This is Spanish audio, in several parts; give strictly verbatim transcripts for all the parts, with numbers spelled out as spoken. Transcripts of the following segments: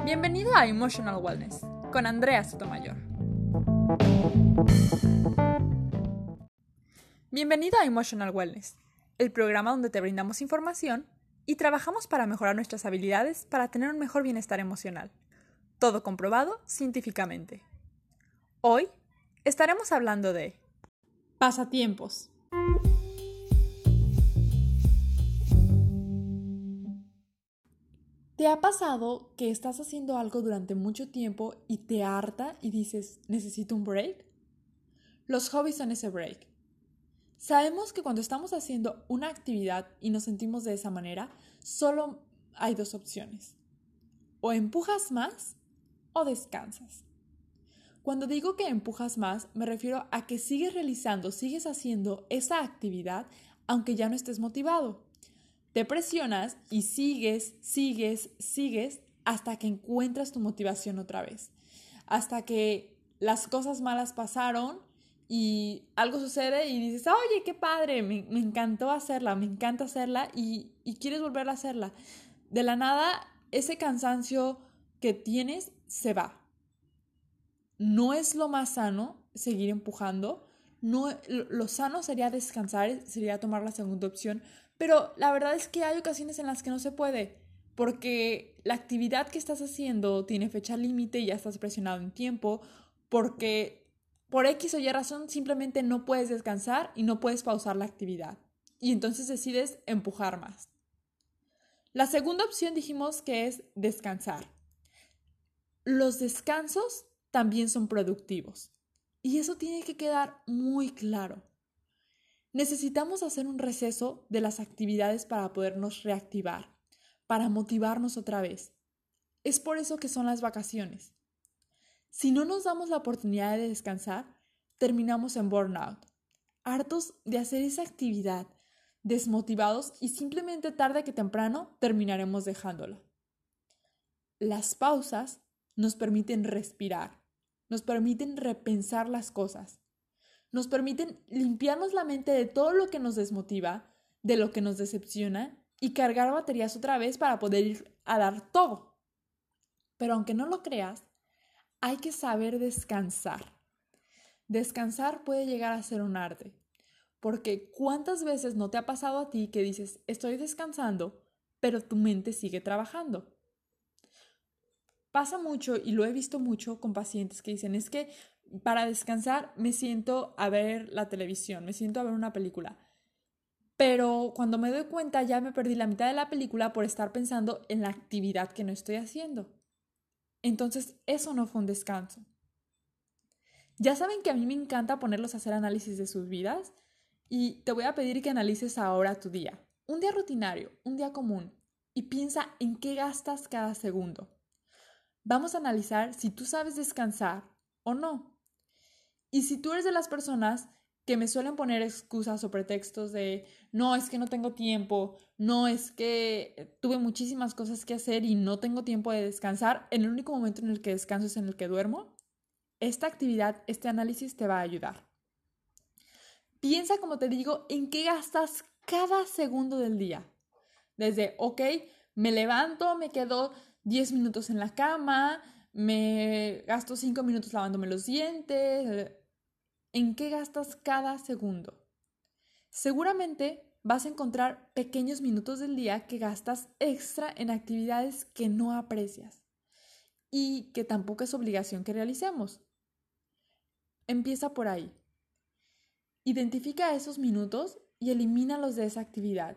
Bienvenido a Emotional Wellness con Andrea Sotomayor. Bienvenido a Emotional Wellness, el programa donde te brindamos información y trabajamos para mejorar nuestras habilidades para tener un mejor bienestar emocional. Todo comprobado científicamente. Hoy estaremos hablando de pasatiempos. ¿Te ha pasado que estás haciendo algo durante mucho tiempo y te harta y dices, necesito un break? Los hobbies son ese break. Sabemos que cuando estamos haciendo una actividad y nos sentimos de esa manera, solo hay dos opciones. O empujas más o descansas. Cuando digo que empujas más, me refiero a que sigues realizando, sigues haciendo esa actividad aunque ya no estés motivado. Te presionas y sigues, sigues, sigues hasta que encuentras tu motivación otra vez. Hasta que las cosas malas pasaron y algo sucede y dices, oye, qué padre, me, me encantó hacerla, me encanta hacerla y, y quieres volver a hacerla. De la nada, ese cansancio que tienes se va. No es lo más sano seguir empujando. No, lo sano sería descansar, sería tomar la segunda opción, pero la verdad es que hay ocasiones en las que no se puede, porque la actividad que estás haciendo tiene fecha límite y ya estás presionado en tiempo, porque por X o Y razón simplemente no puedes descansar y no puedes pausar la actividad, y entonces decides empujar más. La segunda opción dijimos que es descansar. Los descansos también son productivos. Y eso tiene que quedar muy claro. Necesitamos hacer un receso de las actividades para podernos reactivar, para motivarnos otra vez. Es por eso que son las vacaciones. Si no nos damos la oportunidad de descansar, terminamos en burnout, hartos de hacer esa actividad, desmotivados y simplemente tarde que temprano terminaremos dejándola. Las pausas nos permiten respirar. Nos permiten repensar las cosas. Nos permiten limpiarnos la mente de todo lo que nos desmotiva, de lo que nos decepciona y cargar baterías otra vez para poder ir a dar todo. Pero aunque no lo creas, hay que saber descansar. Descansar puede llegar a ser un arte. Porque ¿cuántas veces no te ha pasado a ti que dices, estoy descansando, pero tu mente sigue trabajando? Pasa mucho y lo he visto mucho con pacientes que dicen, es que para descansar me siento a ver la televisión, me siento a ver una película. Pero cuando me doy cuenta ya me perdí la mitad de la película por estar pensando en la actividad que no estoy haciendo. Entonces eso no fue un descanso. Ya saben que a mí me encanta ponerlos a hacer análisis de sus vidas y te voy a pedir que analices ahora tu día. Un día rutinario, un día común y piensa en qué gastas cada segundo. Vamos a analizar si tú sabes descansar o no. Y si tú eres de las personas que me suelen poner excusas o pretextos de no, es que no tengo tiempo, no, es que tuve muchísimas cosas que hacer y no tengo tiempo de descansar, en el único momento en el que descanso es en el que duermo, esta actividad, este análisis te va a ayudar. Piensa, como te digo, en qué gastas cada segundo del día. Desde, ok, me levanto, me quedo diez minutos en la cama, me gasto cinco minutos lavándome los dientes. ¿En qué gastas cada segundo? Seguramente vas a encontrar pequeños minutos del día que gastas extra en actividades que no aprecias y que tampoco es obligación que realicemos. Empieza por ahí. Identifica esos minutos y elimínalos de esa actividad.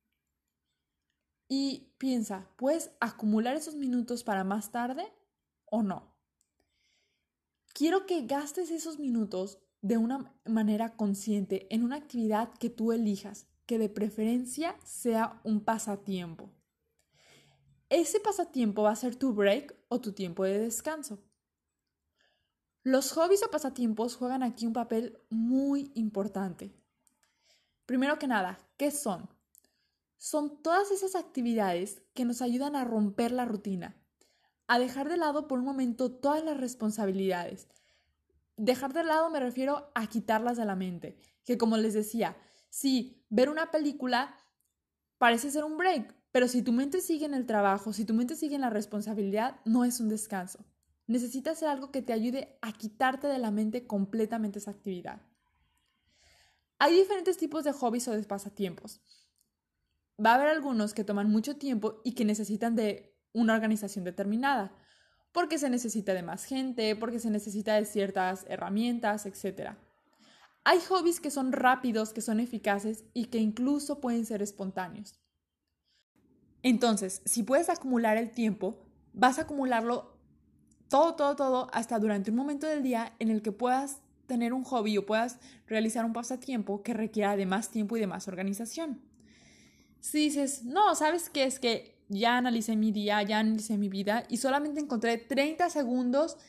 Y piensa, ¿puedes acumular esos minutos para más tarde o no? Quiero que gastes esos minutos de una manera consciente en una actividad que tú elijas, que de preferencia sea un pasatiempo. Ese pasatiempo va a ser tu break o tu tiempo de descanso. Los hobbies o pasatiempos juegan aquí un papel muy importante. Primero que nada, ¿qué son? Son todas esas actividades que nos ayudan a romper la rutina, a dejar de lado por un momento todas las responsabilidades. Dejar de lado me refiero a quitarlas de la mente, que como les decía, sí, ver una película parece ser un break, Pero si tu mente sigue en el trabajo, si tu mente sigue en la responsabilidad, no es un descanso. Necesitas hacer algo que te ayude a quitarte de la mente completamente esa actividad. Hay diferentes tipos de hobbies o de pasatiempos. Va a haber algunos que toman mucho tiempo y que necesitan de una organización determinada, porque se necesita de más gente, porque se necesita de ciertas herramientas, etcétera. Hay hobbies que son rápidos, que son eficaces y que incluso pueden ser espontáneos. Entonces, si puedes acumular el tiempo, vas a acumularlo todo, todo, todo hasta durante un momento del día en el que puedas tener un hobby o puedas realizar un pasatiempo que requiera de más tiempo y de más organización. Si dices, no, ¿sabes qué? Es que ya analicé mi día, ya analicé mi vida y solamente encontré treinta segundos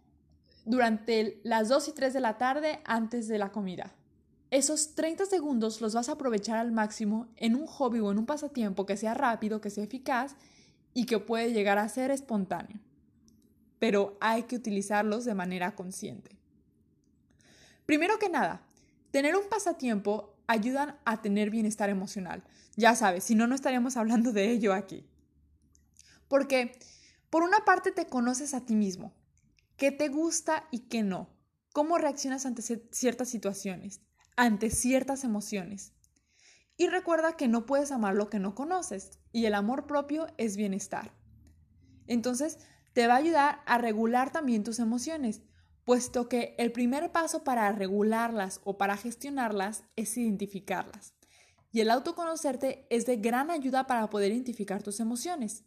durante las dos y tres de la tarde antes de la comida. Esos treinta segundos los vas a aprovechar al máximo en un hobby o en un pasatiempo que sea rápido, que sea eficaz y que puede llegar a ser espontáneo. Pero hay que utilizarlos de manera consciente. Primero que nada, tener un pasatiempo ayuda a tener bienestar emocional. Ya sabes, si no, no estaríamos hablando de ello aquí. Porque, por una parte, te conoces a ti mismo. ¿Qué te gusta y qué no? ¿Cómo reaccionas ante ciertas situaciones? Ante ciertas emociones. Y recuerda que no puedes amar lo que no conoces y el amor propio es bienestar. Entonces, te va a ayudar a regular también tus emociones, puesto que el primer paso para regularlas o para gestionarlas es identificarlas. Y el autoconocerte es de gran ayuda para poder identificar tus emociones.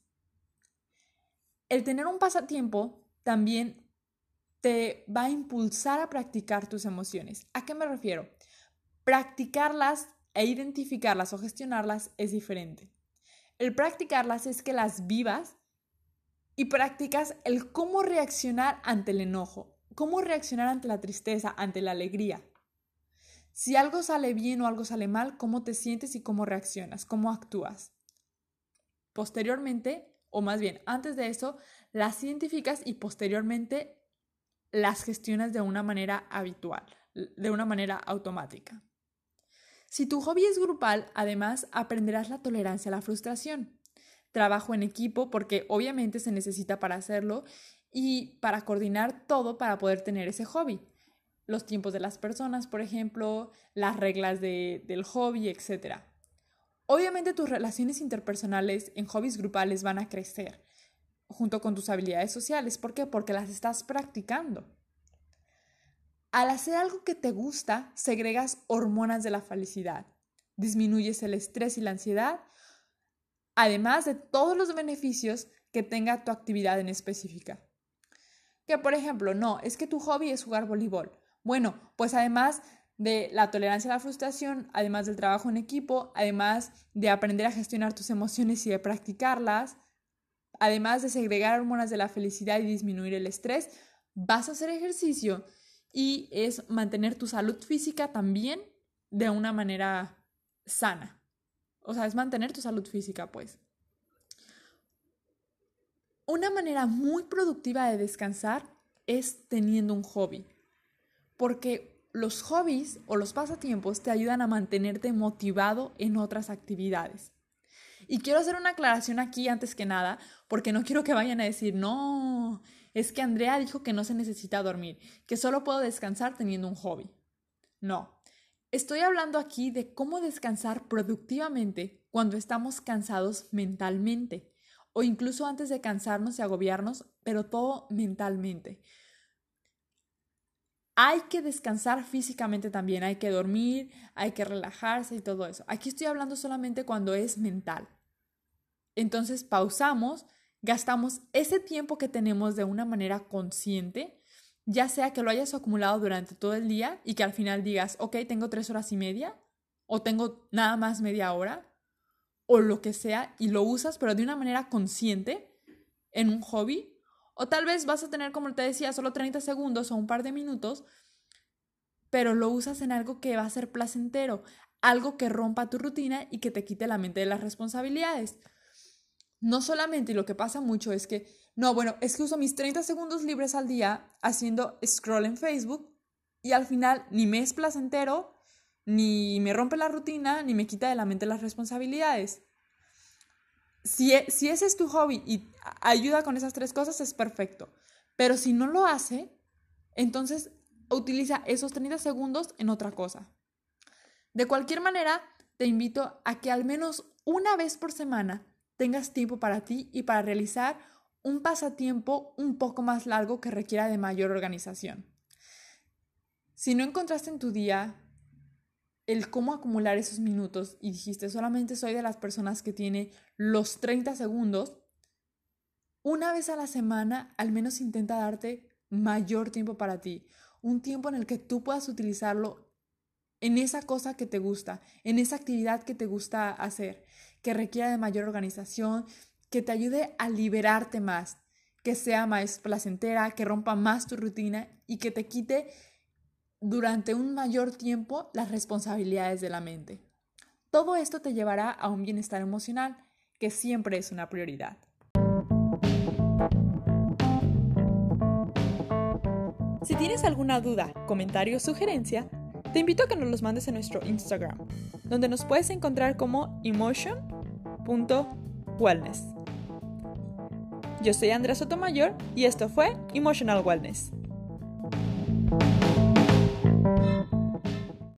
El tener un pasatiempo también te va a impulsar a practicar tus emociones. ¿A qué me refiero? Practicarlas e identificarlas o gestionarlas es diferente. El practicarlas es que las vivas y practicas el cómo reaccionar ante el enojo, cómo reaccionar ante la tristeza, ante la alegría. Si algo sale bien o algo sale mal, cómo te sientes y cómo reaccionas, cómo actúas. Posteriormente, o más bien antes de eso, las identificas y posteriormente las gestionas de una manera habitual, de una manera automática. Si tu hobby es grupal, además aprenderás la tolerancia a la frustración. Trabajo en equipo porque obviamente se necesita para hacerlo y para coordinar todo para poder tener ese hobby. Los tiempos de las personas, por ejemplo, las reglas de, del hobby, etcétera. Obviamente tus relaciones interpersonales en hobbies grupales van a crecer junto con tus habilidades sociales. ¿Por qué? Porque las estás practicando. Al hacer algo que te gusta, segregas hormonas de la felicidad, disminuyes el estrés y la ansiedad, además de todos los beneficios que tenga tu actividad en específica. Que por ejemplo, no, es que tu hobby es jugar voleibol. Bueno, pues además de la tolerancia a la frustración, además del trabajo en equipo, además de aprender a gestionar tus emociones y de practicarlas, además de segregar hormonas de la felicidad y disminuir el estrés, vas a hacer ejercicio y es mantener tu salud física también de una manera sana. O sea, es mantener tu salud física, pues. Una manera muy productiva de descansar es teniendo un hobby, porque los hobbies o los pasatiempos te ayudan a mantenerte motivado en otras actividades. Y quiero hacer una aclaración aquí antes que nada, porque no quiero que vayan a decir, no, es que Andrea dijo que no se necesita dormir, que solo puedo descansar teniendo un hobby. No, estoy hablando aquí de cómo descansar productivamente cuando estamos cansados mentalmente, o incluso antes de cansarnos y agobiarnos, pero todo mentalmente. Hay que descansar físicamente también, hay que dormir, hay que relajarse y todo eso. Aquí estoy hablando solamente cuando es mental. Entonces pausamos, gastamos ese tiempo que tenemos de una manera consciente, ya sea que lo hayas acumulado durante todo el día y que al final digas, ok, tengo tres horas y media, o tengo nada más media hora, o lo que sea, y lo usas, pero de una manera consciente en un hobby. O tal vez vas a tener, como te decía, solo treinta segundos o un par de minutos, pero lo usas en algo que va a ser placentero, algo que rompa tu rutina y que te quite la mente de las responsabilidades. No solamente, y lo que pasa mucho es que, no, bueno, es que uso mis treinta segundos libres al día haciendo scroll en Facebook y al final ni me es placentero, ni me rompe la rutina, ni me quita de la mente las responsabilidades. si, e, si ese es tu hobby y ayuda con esas tres cosas, es perfecto. Pero si no lo hace, entonces utiliza esos treinta segundos en otra cosa. De cualquier manera, te invito a que al menos una vez por semana tengas tiempo para ti y para realizar un pasatiempo un poco más largo que requiera de mayor organización. Si no encontraste en tu día el cómo acumular esos minutos y dijiste solamente soy de las personas que tiene los treinta segundos, una vez a la semana al menos intenta darte mayor tiempo para ti, un tiempo en el que tú puedas utilizarlo en esa cosa que te gusta, en esa actividad que te gusta hacer, que requiera de mayor organización, que te ayude a liberarte más, que sea más placentera, que rompa más tu rutina y que te quite durante un mayor tiempo las responsabilidades de la mente. Todo esto te llevará a un bienestar emocional, que siempre es una prioridad. Si tienes alguna duda, comentario o sugerencia, te invito a que nos los mandes en nuestro Instagram, donde nos puedes encontrar como emotion punto wellness. Yo soy Andrea Sotomayor y esto fue Emotional Wellness.